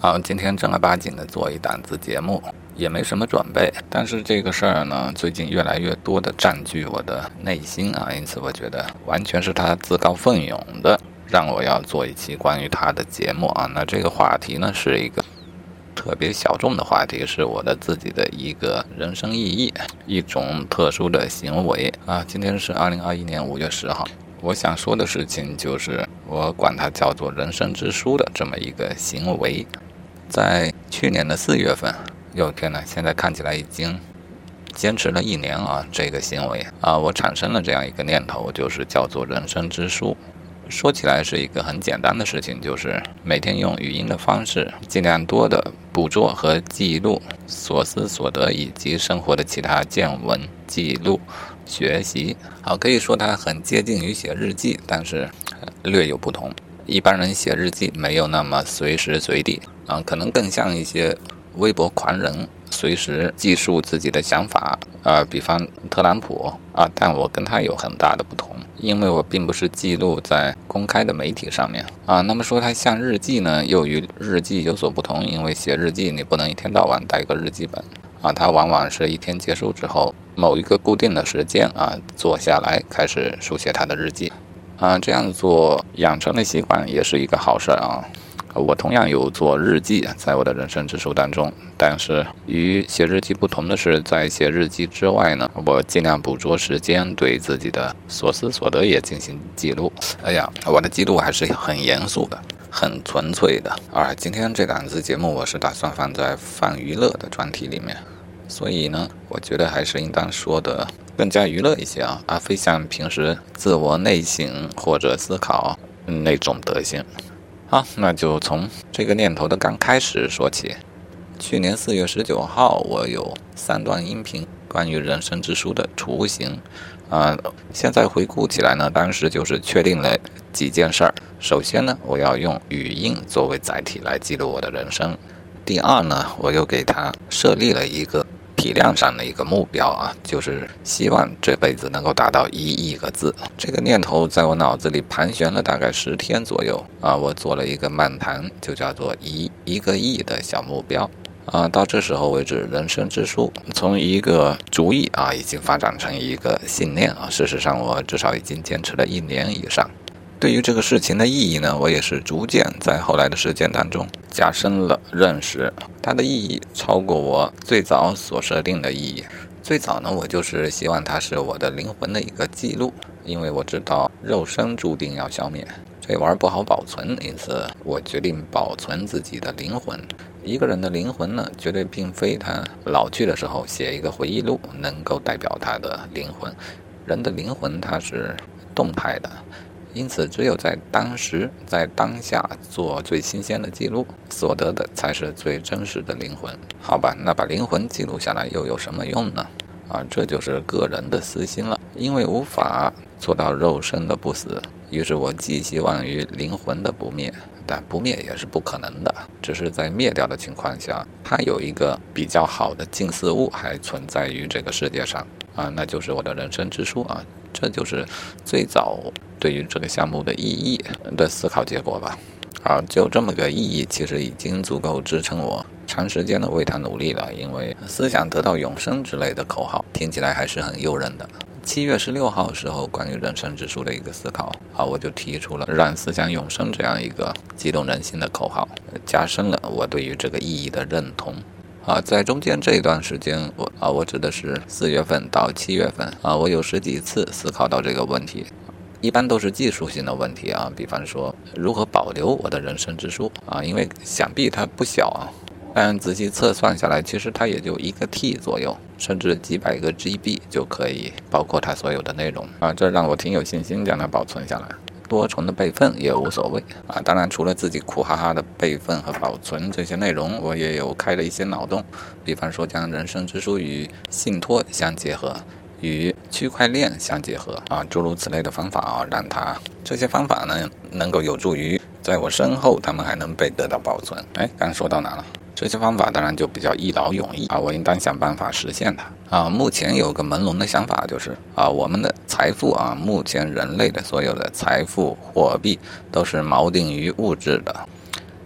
好，今天正儿八经的做一档子节目，也没什么准备，但是这个事儿呢，最近越来越多的占据我的内心啊，因此我觉得完全是他自告奋勇的，让我要做一期关于他的节目啊。那这个话题呢，是一个特别小众的话题，是我的自己的一个人生意义，一种特殊的行为啊。今天是2021年5月10号。我想说的事情就是，我管它叫做人生之书的这么一个行为。在去年的4月份，有天呢，现在看起来已经坚持了1年啊，这个行为啊，我产生了这样一个念头，就是叫做人生之书。说起来是一个很简单的事情，就是每天用语音的方式，尽量多的捕捉和记录所思所得以及生活的其他见闻记录学习。好，可以说它很接近于写日记，但是略有不同。一般人写日记没有那么随时随地啊，可能更像一些微博狂人随时记述自己的想法比方特朗普啊，但我跟他有很大的不同，因为我并不是记录在公开的媒体上面啊。那么说它像日记呢，又与日记有所不同，因为写日记你不能一天到晚带个日记本啊，它往往是一天结束之后某一个固定的时间啊，坐下来开始书写他的日记啊，这样做养成的习惯也是一个好事啊。我同样有做日记，在我的人生之书当中，但是与写日记不同的是，在写日记之外呢，我尽量捕捉时间，对自己的所思所得也进行记录。我的记录还是很严肃的，很纯粹的。今天这档子节目我是打算放在泛娱乐的专题里面，所以呢，我觉得还是应当说的更加娱乐一些啊，而非像平时自我内省或者思考那种德行。好，那就从这个念头的刚开始说起。去年4月19号，我有3段音频关于人生之书的雏形现在回顾起来呢，当时就是确定了几件事儿。首先呢，我要用语音作为载体来记录我的人生。第二呢，我又给它设立了一个体量上的一个目标啊，就是希望这辈子能够达到1亿个字。这个念头在我脑子里盘旋了大概10天左右啊，我做了一个漫谈，就叫做一个亿的小目标到这时候为止，人生之书从一个主意已经发展成一个信念啊。事实上，我至少已经坚持了1年以上。对于这个事情的意义呢，我也是逐渐在后来的实践当中加深了认识，它的意义超过我最早所设定的意义。最早呢，我就是希望它是我的灵魂的一个记录，因为我知道肉身注定要消灭，这玩意儿不好保存，因此我决定保存自己的灵魂。一个人的灵魂呢，绝对并非他老去的时候写一个回忆录能够代表他的灵魂。人的灵魂它是动态的，因此只有在当时在当下做最新鲜的记录，所得的才是最真实的灵魂。好吧，那把灵魂记录下来又有什么用呢？这就是个人的私心了。因为无法做到肉身的不死，于是我寄希望于灵魂的不灭，但不灭也是不可能的，只是在灭掉的情况下，它有一个比较好的近似物还存在于这个世界上那就是我的人生之书这就是最早对于这个项目的意义的思考结果吧就这么个意义，其实已经足够支撑我长时间的为它努力了。因为思想得到永生之类的口号听起来还是很诱人的。7月16号的时候，关于人生之书的一个思考我就提出了让思想永生这样一个激动人心的口号，加深了我对于这个意义的认同在中间这一段时间，我指的是4月份到7月份我有10几次思考到这个问题，一般都是技术性的问题比方说如何保留我的人生之书因为想必它不小但仔细测算下来，其实它也就1个 T 左右，甚至几百个 GB 就可以包括它所有的内容这让我挺有信心将它保存下来。多重的备份也无所谓当然除了自己苦哈哈的备份和保存这些内容，我也有开了一些脑洞，比方说将人生之书与信托相结合，与区块链相结合诸如此类的方法让它这些方法呢能够有助于在我身后他们还能被得到保存。刚说到哪了？这些方法当然就比较一劳永逸我应当想办法实现它目前有个朦胧的想法，就是我们的财富目前人类的所有的财富货币都是锚定于物质的，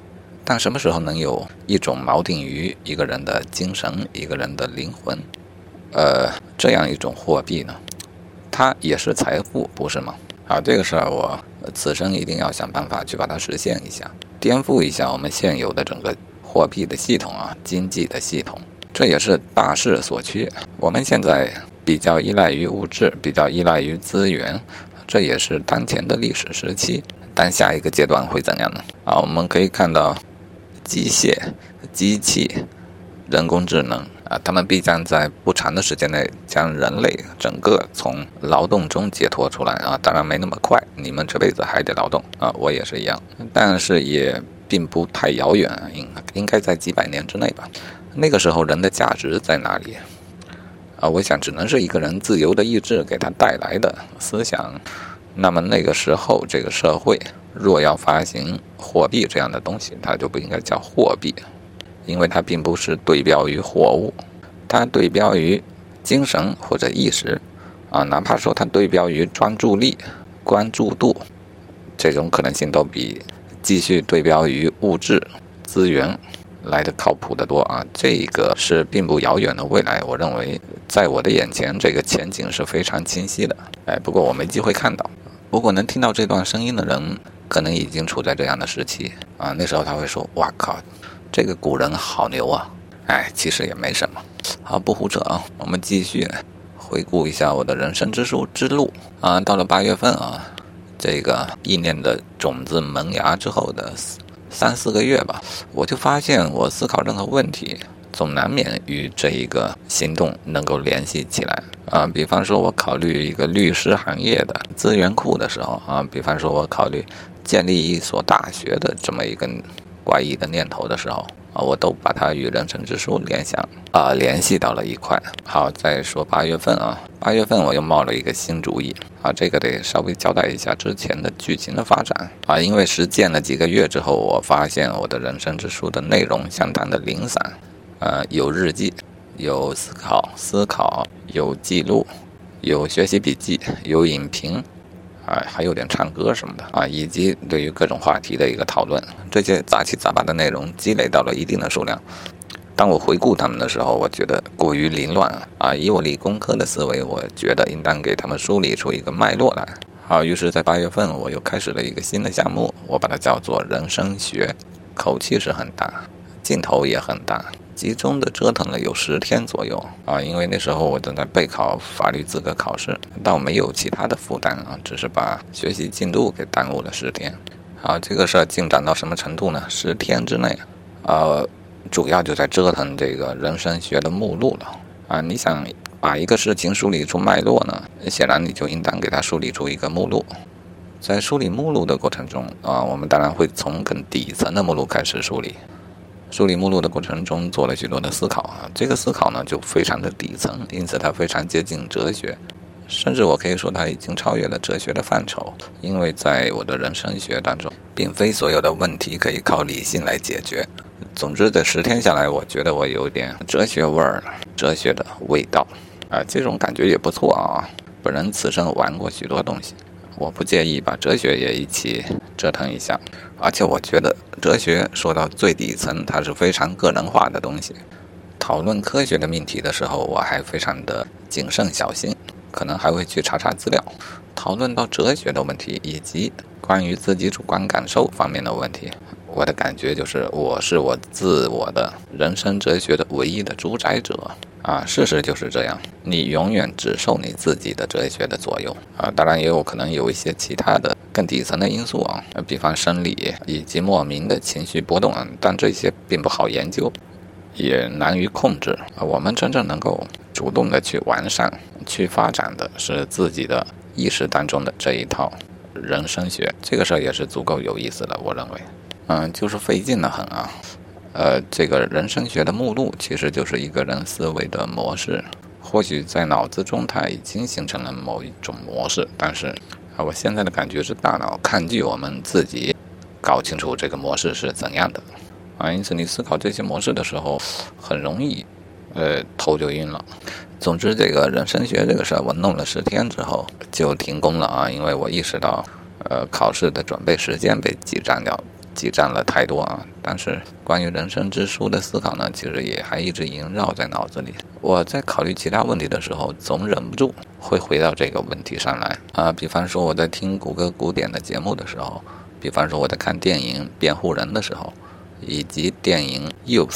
但什么时候能有一种锚定于一个人的精神、一个人的灵魂，这样一种货币呢？它也是财富，不是吗？这个事儿我此生一定要想办法去把它实现一下，颠覆一下我们现有的整个货币的系统经济的系统。这也是大势所趋。我们现在比较依赖于物质，比较依赖于资源，这也是当前的历史时期。但下一个阶段会怎样呢？我们可以看到机械、机器、人工智能他们必将在不长的时间内将人类整个从劳动中解脱出来当然没那么快，你们这辈子还得劳动我也是一样，但是也并不太遥远，应该在几百年之内吧。那个时候人的价值在哪里我想只能是一个人自由的意志给他带来的思想。那么那个时候这个社会若要发行货币这样的东西，它就不应该叫货币，因为它并不是对标于货物，它对标于精神或者意识哪怕说它对标于专注力、关注度，这种可能性都比继续对标于物质资源来的靠谱得多这个是并不遥远的未来，我认为在我的眼前这个前景是非常清晰的。不过我没机会看到，不过能听到这段声音的人可能已经处在这样的时期那时候他会说哇靠，这个古人好牛其实也没什么。好，不胡扯我们继续回顾一下我的人生之路到了8月份这个意念的种子萌芽之后的3-4个月吧，我就发现我思考任何问题总难免与这一个行动能够联系起来比方说我考虑一个律师行业的资源库的时候比方说我考虑建立一所大学的这么一个怪异的念头的时候我都把它与人生之书联系到了一块。好，再说8月份8月份我又冒了一个新主意这个得稍微交代一下之前的剧情的发展因为实践了几个月之后，我发现我的人生之书的内容相当的零散有日记，有思考，有记录，有学习笔记，有影评还有点唱歌什么的以及对于各种话题的一个讨论，这些杂七杂八的内容积累到了一定的数量。当我回顾他们的时候，我觉得过于凌乱以我理工科的思维，我觉得应当给他们梳理出一个脉络来于是在8月份我又开始了一个新的项目，我把它叫做人生学。口气是很大，劲头也很大，集中的折腾了有10天左右因为那时候我正在备考法律资格考试，倒没有其他的负担只是把学习进度给耽误了10天。这个事儿进展到什么程度呢？10天之内主要就在折腾这个人生学的目录了你想把一个事情梳理出脉络呢，显然你就应当给它梳理出一个目录。在梳理目录的过程中我们当然会从更底层的目录开始梳理。梳理目录的过程中做了许多的思考这个思考呢就非常的底层，因此它非常接近哲学，甚至我可以说它已经超越了哲学的范畴。因为在我的人生学当中，并非所有的问题可以靠理性来解决。总之这10天下来，我觉得我有点哲学味儿了，哲学的味道这种感觉也不错本人此生玩过许多东西，我不介意把哲学也一起折腾一下。而且我觉得哲学说到最底层，它是非常个人化的东西。讨论科学的命题的时候，我还非常的谨慎小心，可能还会去查资料。讨论到哲学的问题以及关于自己主观感受方面的问题，我的感觉就是我是我自我的人生哲学的唯一的主宰者事实就是这样，你永远只受你自己的哲学的左右当然也有可能有一些其他的更底层的因素比方生理以及莫名的情绪波动但这些并不好研究，也难于控制我们真正能够主动的去完善去发展的是自己的意识当中的这一套人生学。这个事儿也是足够有意思的，我认为就是费劲的很这个人生学的目录其实就是一个人思维的模式，或许在脑子中它已经形成了某一种模式，但是我现在的感觉是大脑抗拒我们自己搞清楚这个模式是怎样的因此你思考这些模式的时候很容易头就晕了。总之这个人生学这个事儿我弄了10天之后就停工了因为我意识到考试的准备时间被挤挤占了太多啊。但是关于人生之书的思考呢，其实也还一直萦绕在脑子里。我在考虑其他问题的时候，总忍不住会回到这个问题上来啊。比方说我在听谷歌古典的节目的时候，比方说我在看电影《辩护人》的时候，以及电影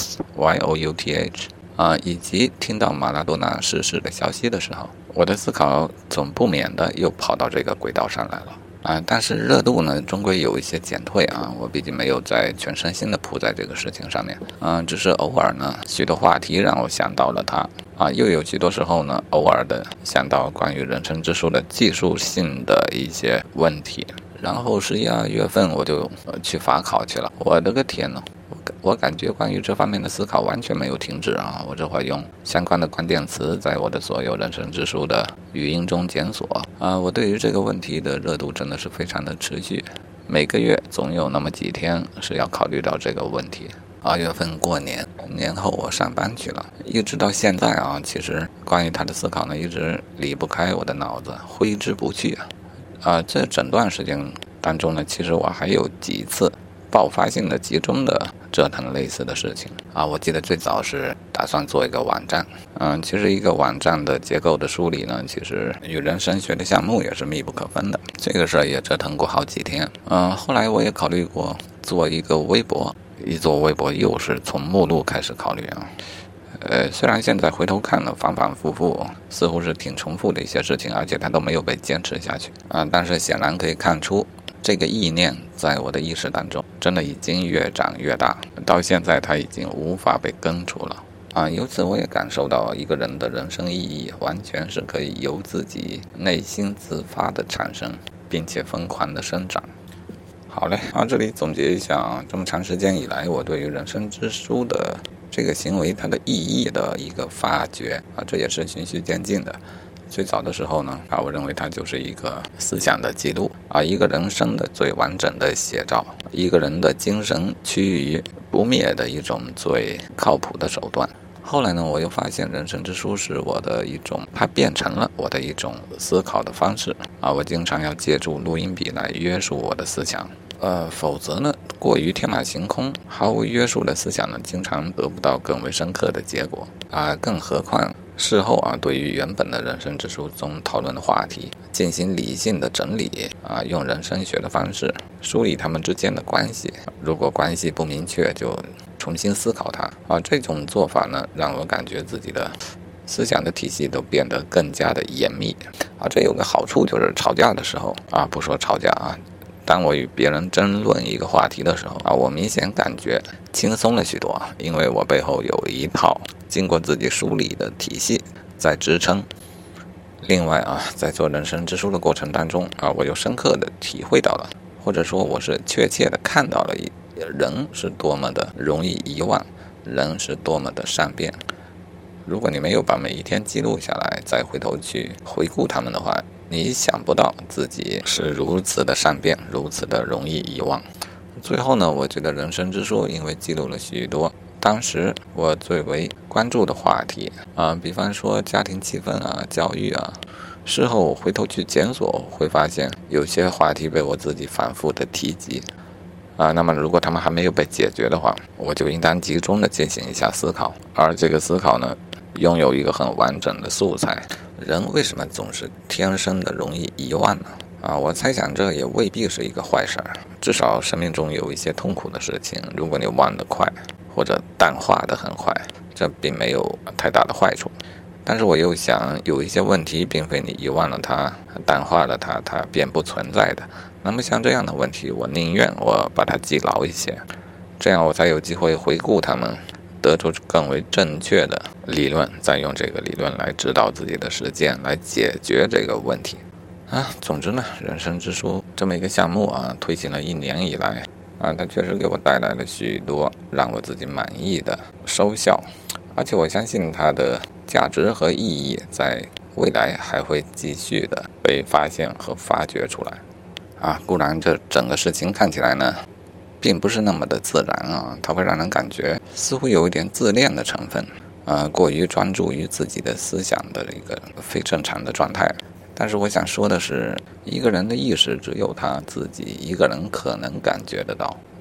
Youth 以及听到马拉多纳逝世的消息的时候，我的思考总不免的又跑到这个轨道上来了但是热度呢，终归有一些减退啊。我毕竟没有在全身心的扑在这个事情上面只是偶尔呢，许多话题让我想到了它又有许多时候呢，偶尔的想到关于人生之书的技术性的一些问题。然后11、2月份我就去法考去了。我的个天呐，我感觉关于这方面的思考完全没有停止啊！我这会用相关的关键词在我的所有人生之书的语音中检索我对于这个问题的热度真的是非常的持续，每个月总有那么几天是要考虑到这个问题。2月份过年，年后我上班去了，一直到现在其实关于他的思考呢，一直离不开我的脑子，挥之不去这整段时间当中呢，其实我还有几次爆发性的集中的折腾类似的事情我记得最早是打算做一个网站其实一个网站的结构的梳理呢，其实与人生学的项目也是密不可分的，这个事儿也折腾过好几天后来我也考虑过做一个微博，一做微博又是从目录开始考虑虽然现在回头看了反反复复，似乎是挺重复的一些事情，而且它都没有被坚持下去但是显然可以看出这个意念在我的意识当中真的已经越长越大，到现在它已经无法被根除了由此我也感受到一个人的人生意义完全是可以由自己内心自发的产生，并且疯狂的生长。好嘞这里总结一下这么长时间以来我对于人生之书的这个行为它的意义的一个发掘这也是循序渐进的。最早的时候呢我认为它就是一个思想的记录一个人生的最完整的写照，一个人的精神趋于不灭的一种最靠谱的手段。后来呢，我又发现人生之书是我的一种，它变成了我的一种思考的方式我经常要借助录音笔来约束我的思想否则呢，过于天马行空毫无约束的思想呢，经常得不到更为深刻的结果更何况事后对于原本的人生之书中讨论的话题进行理性的整理用人生学的方式梳理他们之间的关系，如果关系不明确就重新思考它这种做法呢，让我感觉自己的思想的体系都变得更加的严密这有个好处就是吵架的时候不说吵架当我与别人争论一个话题的时候我明显感觉轻松了许多因为我背后有一套经过自己梳理的体系在支撑。另外在做人生之书的过程当中我又深刻的体会到了，或者说我是确切的看到了人是多么的容易遗忘，人是多么的善变。如果你没有把每一天记录下来，再回头去回顾他们的话，你想不到自己是如此的善变，如此的容易遗忘。最后呢，我觉得人生之书因为记录了许多当时我最为关注的话题比方说家庭气氛教育事后回头去检索，会发现有些话题被我自己反复的提及那么如果他们还没有被解决的话，我就应当集中的进行一下思考，而这个思考呢，拥有一个很完整的素材。人为什么总是天生的容易遗忘呢？我猜想这也未必是一个坏事儿，至少生命中有一些痛苦的事情，如果你忘得快，或者淡化得很快，这并没有太大的坏处。但是我又想，有一些问题并非你遗忘了它，淡化了它，它便不存在的。那么像这样的问题，我宁愿我把它记牢一些，这样我才有机会回顾它们，得出更为正确的理论，再用这个理论来指导自己的实践，来解决这个问题总之呢，人生之书这么一个项目推行了1年以来它确实给我带来了许多让我自己满意的收效，而且我相信它的价值和意义在未来还会继续的被发现和发掘出来固然这整个事情看起来呢并不是那么的自然它会让人感觉似乎有一点自恋的成分过于专注于自己的思想的一个非正常的状态。但是我想说的是，一个人的意识只有他自己一个人可能感觉得到，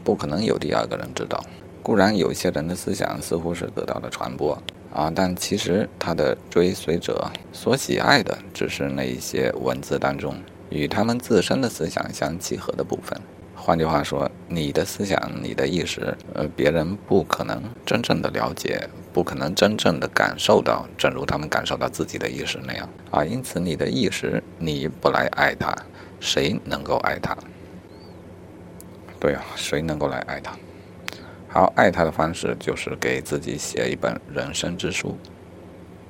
不可能有第二个人知道。固然有些人的思想似乎是得到了传播但其实他的追随者所喜爱的只是那一些文字当中与他们自身的思想相契合的部分。换句话说，你的思想，你的意识，别人不可能真正的了解，不可能真正的感受到，正如他们感受到自己的意识那样因此你的意识，你不来爱它，谁能够爱它？对谁能够来爱它？好，爱它的方式就是给自己写一本人生之书。